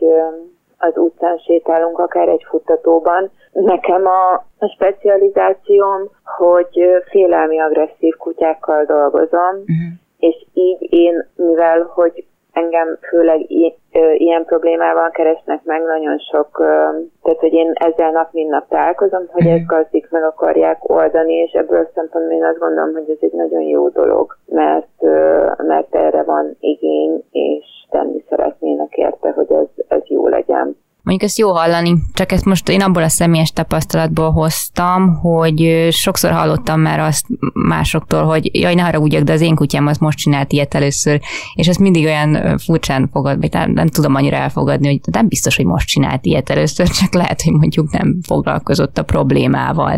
az utcán sétálunk, akár egy futtatóban. Nekem a, a specializációm, hogy félelmi agresszív kutyákkal dolgozom, uh-huh. és így én, mivel hogy engem főleg i- ilyen problémával keresnek meg nagyon sok, tehát hogy én ezzel nap mint nap találkozom, hogy ezt gazdik meg akarják oldani, és ebből a szempontból én azt gondolom, hogy ez egy nagyon jó dolog, mert, mert erre van igény, és tenni szeretnének érte, hogy ez, ez jó legyen. Mondjuk ezt jó hallani, csak ezt most én abból a személyes tapasztalatból hoztam, hogy sokszor hallottam már azt másoktól, hogy jaj, ne haragudjak, de az én kutyám az most csinált ilyet először, és ezt mindig olyan furcsán fogad, vagy nem, nem tudom annyira elfogadni, hogy nem biztos, hogy most csinált ilyet először, csak lehet, hogy mondjuk nem foglalkozott a problémával.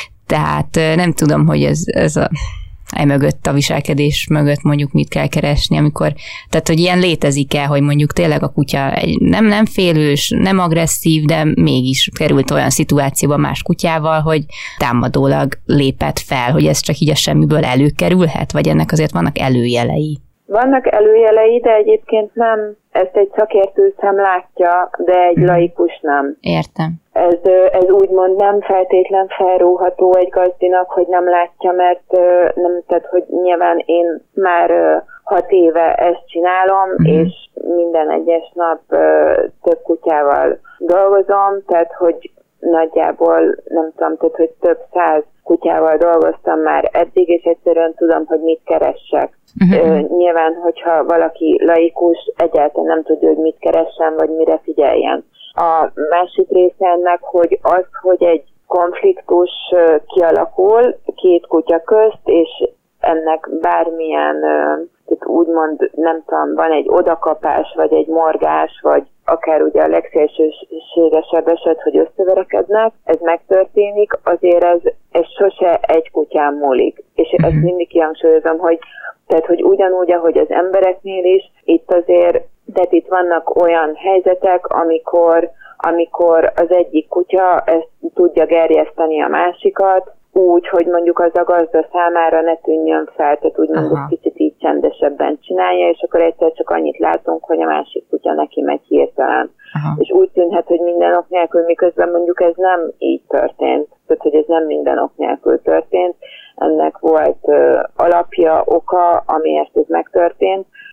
Tehát nem tudom, hogy ez, ez a e mögött, a viselkedés mögött mondjuk mit kell keresni, amikor, tehát hogy ilyen létezik-e, hogy mondjuk tényleg a kutya egy, nem, nem félős, nem agresszív, de mégis került olyan szituációba más kutyával, hogy támadólag lépett fel, hogy ez csak így a semmiből előkerülhet, vagy ennek azért vannak előjelei? Vannak előjelei, de egyébként nem, ezt egy szakértő szem látja, de egy laikus nem. Értem. Ez, ez úgymond nem feltétlen felróható egy gazdinak, hogy nem látja, mert nem, tehát, hogy nyilván én már hat éve ezt csinálom, mm. és minden egyes nap több kutyával dolgozom, tehát, hogy nagyjából nem tudom, tehát, hogy több száz kutyával dolgoztam már eddig, és egyszerűen tudom, hogy mit keressek. Uh-huh. Nyilván, hogyha valaki laikus, egyáltalán nem tudja, hogy mit keressen, vagy mire figyeljen. A másik része ennek, hogy az, hogy egy konfliktus kialakul két kutya közt, és ennek bármilyen, tehát úgymond, nem tudom, van egy odakapás, vagy egy morgás, vagy akár ugye a legszélsőségesebb eset, hogy összeverekednek, ez megtörténik, azért ez, ez sose egy kutyán múlik. És ezt mindig kihangsúlyozom, hogy tehát, hogy ugyanúgy, ahogy az embereknél is, itt azért, tehát itt vannak olyan helyzetek, amikor, amikor az egyik kutya ezt tudja gerjeszteni a másikat, úgy, hogy mondjuk az a gazda számára ne tűnjön fel, tehát úgymond egy kicsit így csendesebben csinálja, és akkor egyszer csak annyit látunk, hogy a másik kutya neki megy hirtelen. Aha. És úgy tűnhet, hogy minden ok nélkül, miközben mondjuk ez nem így történt, tehát hogy ez nem minden ok nélkül történt, ennek volt uh, alapja, oka, amiért ez megtörtént,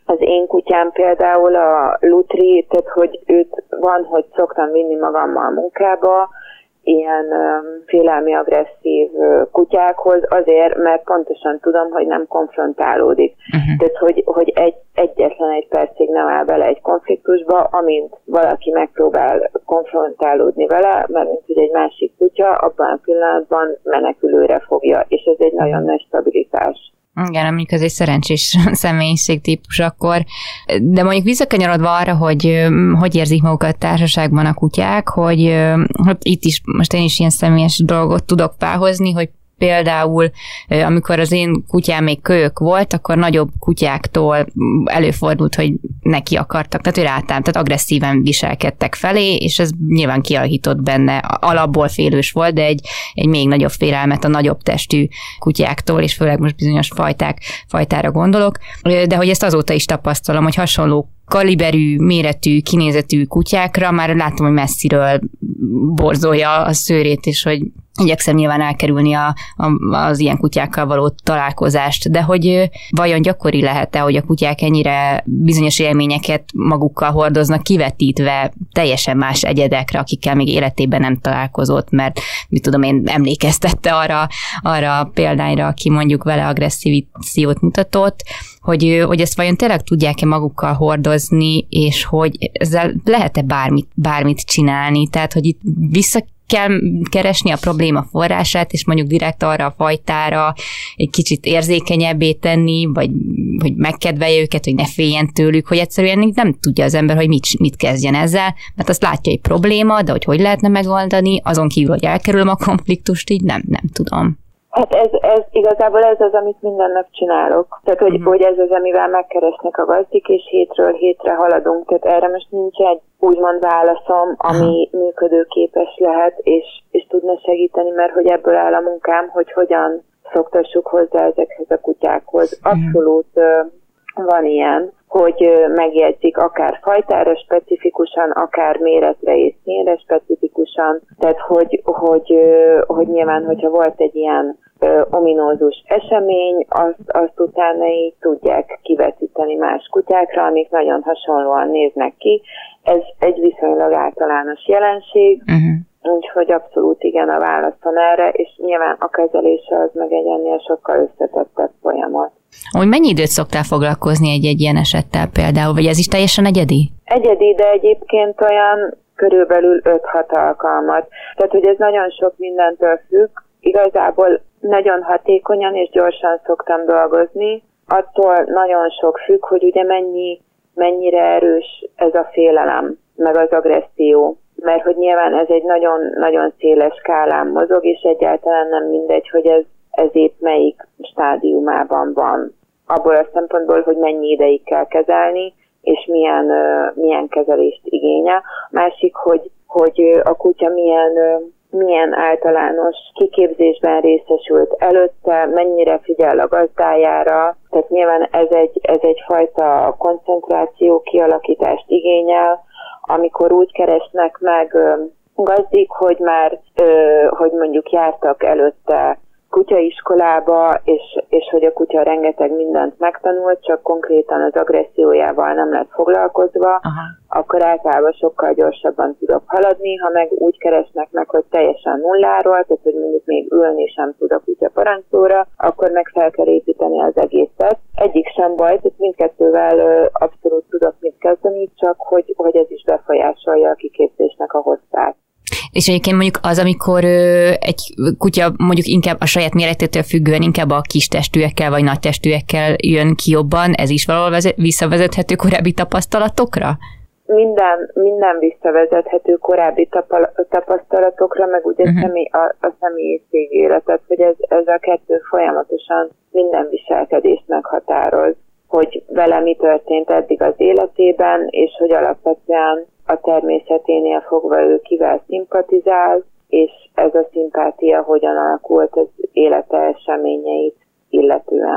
Az én kutyám például a Lutri, tehát hogy őt van, hogy szoktam vinni magammal munkába, ilyen um, félelmi agresszív uh, kutyákhoz, azért, mert pontosan tudom, hogy nem konfrontálódik. Uh-huh. Tehát, hogy, hogy egy, egyetlen egy percig nem áll bele egy konfliktusba, amint valaki megpróbál konfrontálódni vele, mert mint hogy egy másik kutya, abban a pillanatban menekülőre fogja, és ez egy nagyon nagy stabilitás. Igen, mondjuk ez egy szerencsés személyiségtípus akkor. De mondjuk visszakanyarodva arra, hogy hogy érzik magukat társaságban a kutyák, hogy, hogy itt is most én is ilyen személyes dolgot tudok felhozni, hogy például, amikor az én kutyám még kölyök volt, akkor nagyobb kutyáktól előfordult, hogy neki akartak, tehát ő rátám, tehát agresszíven viselkedtek felé, és ez nyilván kialakított benne, alapból félős volt, de egy, egy még nagyobb félelmet a nagyobb testű kutyáktól, és főleg most bizonyos fajták, fajtára gondolok, de hogy ezt azóta is tapasztalom, hogy hasonló kaliberű, méretű, kinézetű kutyákra már látom, hogy messziről borzolja a szőrét, és hogy igyekszem nyilván elkerülni a, a, az ilyen kutyákkal való találkozást, de hogy vajon gyakori lehet-e, hogy a kutyák ennyire bizonyos élményeket magukkal hordoznak, kivetítve teljesen más egyedekre, akikkel még életében nem találkozott, mert mit tudom én, emlékeztette arra, arra a példányra, aki mondjuk vele agresszivíciót mutatott, hogy, hogy ezt vajon tényleg tudják-e magukkal hordozni, és hogy ezzel lehet-e bármit, bármit csinálni, tehát hogy itt vissza kell keresni a probléma forrását, és mondjuk direkt arra a fajtára egy kicsit érzékenyebbé tenni, vagy hogy megkedvelje őket, hogy ne féljen tőlük, hogy egyszerűen nem tudja az ember, hogy mit, mit kezdjen ezzel, mert azt látja egy probléma, de hogy hogy lehetne megoldani, azon kívül, hogy elkerülöm a konfliktust, így nem, nem tudom. Hát ez, ez igazából ez az, amit minden nap csinálok. Tehát, hogy, uh-huh. hogy ez az, amivel megkeresnek a gazdik, és hétről hétre haladunk. Tehát erre most nincs egy úgymond válaszom, ami uh-huh. működőképes lehet, és, és tudna segíteni, mert hogy ebből áll a munkám, hogy hogyan szoktassuk hozzá ezekhez a kutyákhoz. Abszolút uh, van ilyen, hogy megjegyzik akár fajtára specifikusan, akár méretre és színre specifikusan. Tehát, hogy, hogy, hogy nyilván, hogyha volt egy ilyen ominózus esemény, azt, azt utána így tudják kivetíteni más kutyákra, amik nagyon hasonlóan néznek ki. Ez egy viszonylag általános jelenség, uh-huh. úgyhogy abszolút igen a válaszom erre, és nyilván a kezelése az meg egy ennél sokkal összetettebb folyamat. Hogy mennyi időt szoktál foglalkozni egy-egy ilyen esettel például, vagy ez is teljesen egyedi? Egyedi, de egyébként olyan körülbelül öt-hat alkalmat. Tehát, hogy ez nagyon sok mindentől függ. Igazából nagyon hatékonyan és gyorsan szoktam dolgozni. Attól nagyon sok függ, hogy ugye mennyi, mennyire erős ez a félelem, meg az agresszió. Mert hogy nyilván ez egy nagyon-nagyon széles skálán mozog, és egyáltalán nem mindegy, hogy ez, ez épp melyik stádiumában van. Abból a szempontból, hogy mennyi ideig kell kezelni, és milyen, uh, milyen kezelést igényel. Másik, hogy, hogy a kutya milyen, uh, milyen általános kiképzésben részesült előtte, mennyire figyel a gazdájára. Tehát nyilván ez, egy, ez egyfajta koncentráció kialakítást igényel, amikor úgy keresnek meg uh, gazdik, hogy már, uh, hogy mondjuk jártak előtte kutyaiskolába, és, és hogy a kutya rengeteg mindent megtanult, csak konkrétan az agressziójával nem lett foglalkozva, aha. akkor általában sokkal gyorsabban tudok haladni, ha meg úgy keresnek meg, hogy teljesen nulláról, tehát hogy mondjuk még ülni sem tud a kutya parancsszóra, akkor meg fel kell építeni az egészet. Egyik sem baj, tehát mindkettővel abszolút tudok mit kezdeni, csak hogy, hogy ez is befolyásolja a kiképzésnek a hosszát. És egyébként mondjuk az, amikor ö, egy kutya mondjuk inkább a saját méretétől függően inkább a kis testűekkel vagy nagy testűekkel jön ki jobban, ez is valahol vezet, visszavezethető korábbi tapasztalatokra? Minden, minden visszavezethető korábbi tapal, tapasztalatokra, meg ugye uh-huh. személy, a, a személyiség életet, hogy ez, ez a kettő folyamatosan minden viselkedést meghatároz, hogy vele mi történt eddig az életében, és hogy alapvetően a természeténél fogva ő kivel szimpatizál, és ez a szimpátia hogyan alakult az élete eseményeit illetően.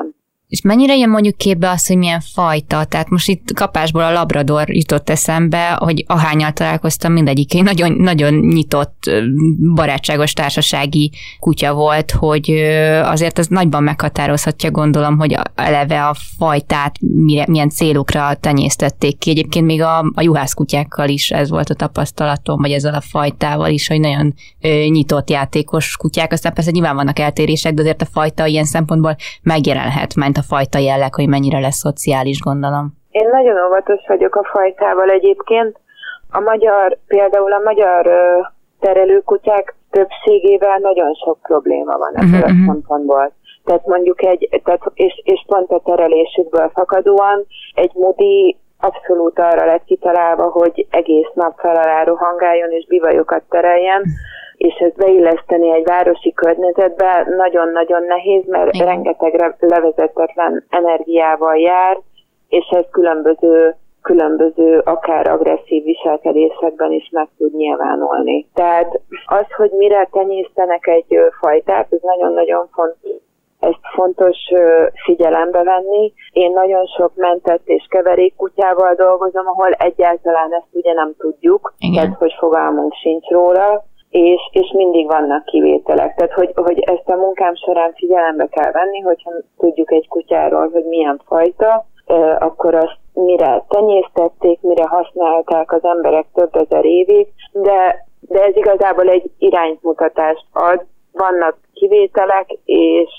És mennyire jön mondjuk képbe az, hogy milyen fajta? Tehát most itt kapásból a labrador jutott eszembe, hogy ahányal találkoztam, mindegyik nagyon, nagyon nyitott, barátságos társasági kutya volt, hogy azért ez nagyban meghatározhatja, gondolom, hogy eleve a fajtát mire, milyen célokra tenyésztették ki. Egyébként még a, a juhászkutyákkal is ez volt a tapasztalatom, vagy ezzel a fajtával is, hogy nagyon nyitott játékos kutyák. Aztán persze nyilván vannak eltérések, de azért a fajta ilyen szempontból megjelenhet, ment a fajta jelleg, hogy mennyire lesz szociális, gondolom. Én nagyon óvatos vagyok a fajtával egyébként. A magyar, például a magyar uh, terelőkutyák többségével nagyon sok probléma van ebből uh-huh. a szempontból. Tehát mondjuk egy, tehát, és, és pont a terelésükből fakadóan egy mudi abszolút arra lett kitalálva, hogy egész nap fel alá rohangáljon és bivajokat tereljen, és ezt beilleszteni egy városi környezetbe nagyon-nagyon nehéz, mert igen. rengeteg levezetetlen energiával jár, és ez különböző, különböző akár agresszív viselkedésekben is meg tud nyilvánulni. Tehát az, hogy mire tenyésztenek egy fajtát, ez nagyon-nagyon fontos. Ezt fontos figyelembe venni. Én nagyon sok mentett és keverék kutyával dolgozom, ahol egyáltalán ezt ugye nem tudjuk, igen. tehát hogy fogalmunk sincs róla. És, és mindig vannak kivételek. Tehát, hogy, hogy ezt a munkám során figyelembe kell venni, hogyha tudjuk egy kutyáról, hogy milyen fajta, akkor azt mire tenyésztették, mire használták az emberek több ezer évig, de, de ez igazából egy iránymutatást ad. Vannak kivételek, és,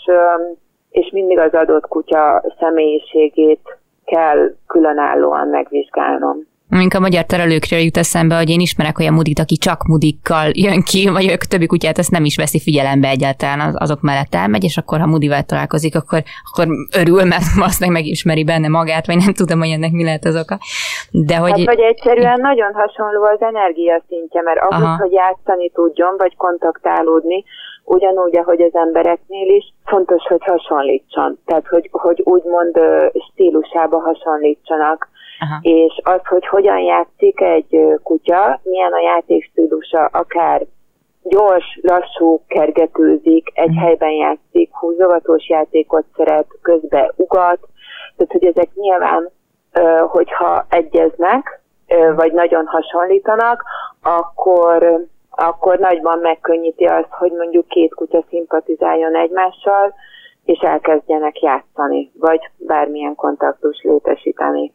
és mindig az adott kutya személyiségét kell különállóan megvizsgálnom. Amink a magyar terelőkről jut eszembe, hogy én ismerek olyan mudit, aki csak mudikkal jön ki, vagy ők többi kutyát ezt nem is veszi figyelembe egyáltalán, azok mellett elmegy, és akkor, ha mudival találkozik, akkor, akkor örül, mert azt megismeri benne magát, vagy nem tudom, hogy ennek mi lehet az oka. De hogy... Hát, vagy egyszerűen nagyon hasonló az energia szintje, mert ahhoz, aha. hogy játszani tudjon, vagy kontaktálódni, ugyanúgy, ahogy az embereknél is, fontos, hogy hasonlítson. Tehát, hogy, hogy úgymond stílusába hasonlítsanak. Aha. És az, hogy hogyan játszik egy kutya, milyen a játékstílusa, akár gyors, lassú, kergetőzik, egy helyben játszik, húzogatós játékot szeret, közbe ugat, tehát hogy ezek nyilván, hogyha egyeznek, vagy nagyon hasonlítanak, akkor, akkor nagyban megkönnyíti azt, hogy mondjuk két kutya szimpatizáljon egymással, és elkezdjenek játszani, vagy bármilyen kontaktust létesíteni.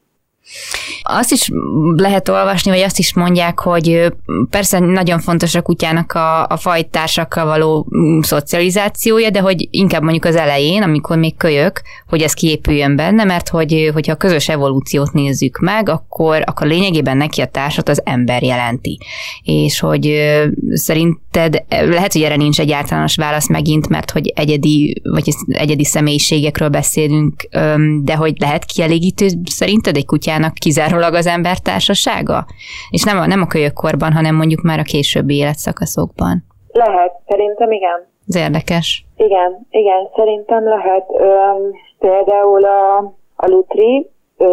Azt is lehet olvasni, vagy azt is mondják, hogy persze nagyon fontos a kutyának a, a fajtársakkal való szocializációja, de hogy inkább mondjuk az elején, amikor még kölyök, hogy ez kiépüljön benne, mert hogy, hogyha a közös evolúciót nézzük meg, akkor, akkor lényegében neki a társat az ember jelenti. És hogy szerinted lehet, hogy erre nincs egy általános válasz megint, mert hogy egyedi, vagy egyedi személyiségekről beszélünk, de hogy lehet kielégítő szerinted egy kutyának kizárólag az ember társasága? És nem a, nem a kölyökkorban, hanem mondjuk már a későbbi életszakaszokban. Lehet, szerintem igen. Ez érdekes. Igen, igen, szerintem lehet. Öm, például a, a Lutri, ö,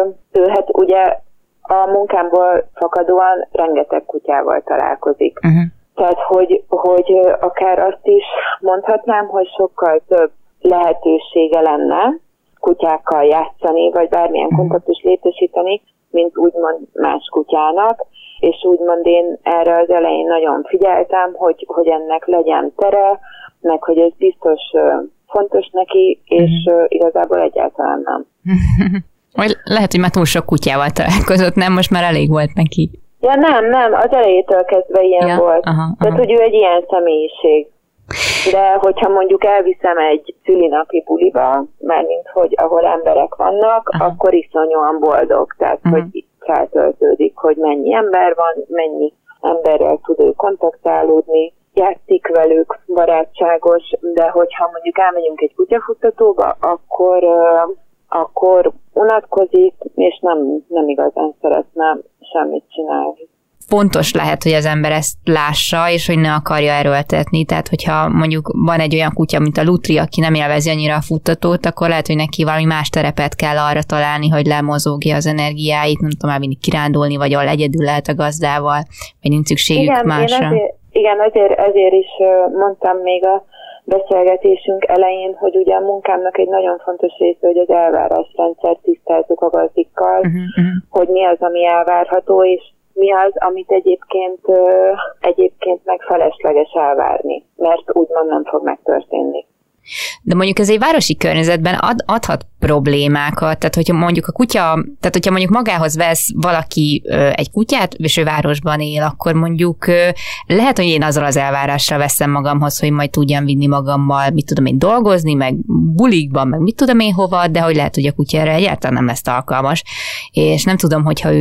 ő hát ugye a munkámból fakadóan rengeteg kutyával találkozik. Uh-huh. Tehát, hogy, hogy akár azt is mondhatnám, hogy sokkal több lehetősége lenne kutyákkal játszani, vagy bármilyen kontaktust létesíteni, mint úgymond más kutyának, és úgymond én erre az elején nagyon figyeltem, hogy, hogy ennek legyen tere, meg hogy ez biztos fontos neki, és uh-huh. igazából egyáltalán nem. Vagy lehet, hogy már túl sok kutyával találkozott, nem? Most már elég volt neki. Ja nem, nem, az elejétől kezdve ilyen ja, volt. Aha, aha. Tehát, hogy ő egy ilyen személyiség. De hogyha mondjuk elviszem egy szülinapi buliba, mármint, hogy ahol emberek vannak, aha. akkor iszonyúan boldog. Tehát, uh-huh. hogy feltöltődik, hogy mennyi ember van, mennyi emberrel tud ő kontaktálódni, játszik velük, barátságos, de hogyha mondjuk elmegyünk egy kutyafuttatóba, akkor, uh, akkor unatkozik, és nem, nem igazán szeretne semmit csinálni. Fontos lehet, hogy az ember ezt lássa, és hogy ne akarja erőltetni. Tehát, hogyha mondjuk van egy olyan kutya, mint a Lutri, aki nem élvezi annyira a futtatót, akkor lehet, hogy neki valami más terepet kell arra találni, hogy lemozogja az energiáit, nem tudom, már mindig kirándulni, vagy ahol egyedül lehet a gazdával, vagy nincs szükségük igen, másra. Én azért, igen, azért, ezért is mondtam még a beszélgetésünk elején, hogy ugye a munkámnak egy nagyon fontos része, hogy az elvárásrendszert tisztázzuk a gazdikkal, uh-huh, uh-huh. hogy mi az, ami elvárható, és mi az, amit egyébként, egyébként meg felesleges elvárni, mert úgymond nem fog megtörténni. De mondjuk ez egy városi környezetben ad, adhat problémákat, tehát hogyha mondjuk a kutya, tehát hogyha mondjuk magához vesz valaki ö, egy kutyát, és ő városban él, akkor mondjuk ö, lehet, hogy én azzal az elvárással veszem magamhoz, hogy majd tudjam vinni magammal, mit tudom én dolgozni, meg bulikban, meg mit tudom én hova, de hogy lehet, hogy a kutya erre egyáltalán nem lesz alkalmas, és nem tudom, hogyha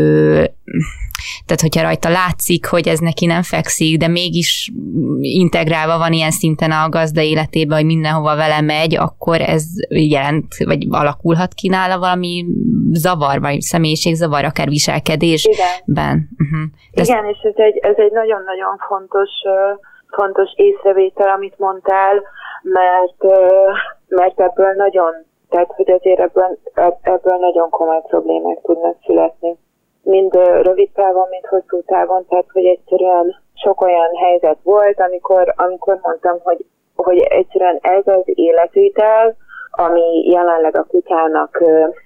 ő tehát hogyha rajta látszik, hogy ez neki nem fekszik, de mégis integrálva van ilyen szinten a gazda életébe, hogy mindenhova vele megy, akkor ez jelent, vagy alakulhat ki nála valami zavar, vagy személyiségzavar, akár viselkedésben. Uh-huh. Igen, és ez egy, ez egy nagyon-nagyon fontos, fontos észrevétel, amit mondtál, mert, mert ebből nagyon, tehát hogy azért ebből, ebből nagyon komoly problémák tudnak születni. Mind rövid távon, mind hosszú távon, tehát hogy egyszerűen sok olyan helyzet volt, amikor, amikor mondtam, hogy, hogy egyszerűen ez az életvitel, ami jelenleg a kutyának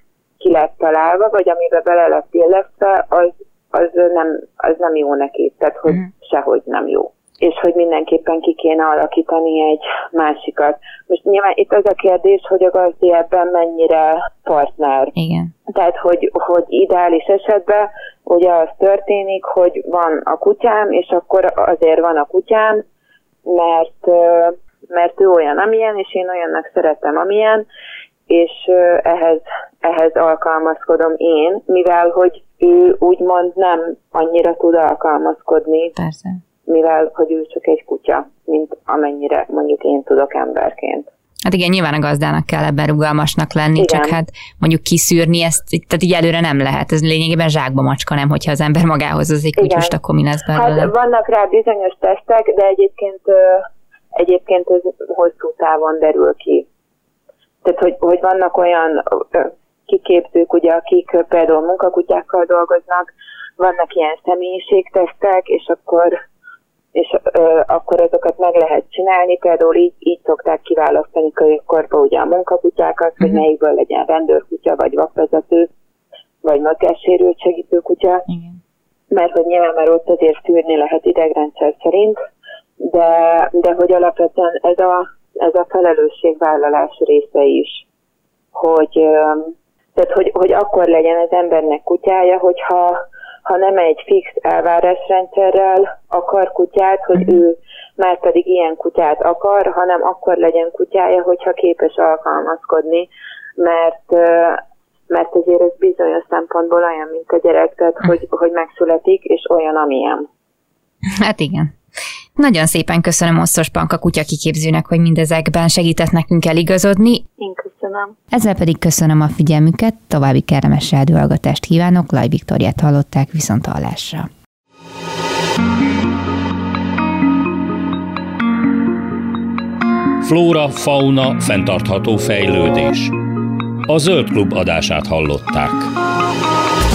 ki lett találva, vagy amiben bele lett illesztve, az, az, nem, az nem jó neki, tehát hogy mm. sehogy nem jó. És hogy mindenképpen ki kéne alakítani egy másikat. Most nyilván itt az a kérdés, hogy a gazdi ebben mennyire partner. Igen. Tehát, hogy, hogy ideális esetben ugye az történik, hogy van a kutyám, és akkor azért van a kutyám, mert, mert ő olyan, amilyen, és én olyannak szeretem, amilyen, és ehhez, ehhez alkalmazkodom én, mivel hogy ő úgymond nem annyira tud alkalmazkodni. Persze. Mivel, hogy ő csak egy kutya, mint amennyire mondjuk én tudok emberként. Hát igen, nyilván a gazdának kell ebben rugalmasnak lenni, igen. Csak hát mondjuk kiszűrni ezt, tehát így előre nem lehet. Ez lényegében zsákba macska, nem, hogyha az ember magához az egy kutyust, akkor mi lesz belőle? Hát vannak rá bizonyos tesztek, de egyébként, egyébként ez hosszú távon derül ki. Tehát, hogy, hogy vannak olyan kiképzők, ugye, akik például munkakutyákkal dolgoznak, vannak ilyen személyiségtesztek, és akkor és ö, akkor azokat meg lehet csinálni, például így, így szokták kiválasztani középkorba ugye a munkakutyákat, uh-huh. hogy melyikből legyen rendőrkutya, vagy vakvezető, vagy mozgássérült segítő kutya, igen. Mert hogy nyilván már ott azért szűrni lehet idegrendszer szerint, de, de hogy alapvetően ez a, ez a felelősségvállalás része is, hogy, ö, tehát, hogy, hogy akkor legyen az embernek kutyája, hogyha ha nem egy fix elvárásrendszerrel akar kutyát, hogy uh-huh. ő már pedig ilyen kutyát akar, hanem akkor legyen kutyája, hogyha képes alkalmazkodni, mert, mert azért ez bizonyos szempontból olyan, mint a gyerek, tehát uh-huh. hogy, hogy megszületik, és olyan, amilyen. Hát igen. Nagyon szépen köszönöm Oszos Panka kutyakiképzőnek, hogy mindezekben segített nekünk eligazodni. Én köszönöm. Ezzel pedig köszönöm a figyelmüket, további kellemes rádióhallgatást kívánok, Laj Viktóriát hallották, viszont hallásra. Flóra, fauna, fenntartható fejlődés. A Zöld Klub adását hallották.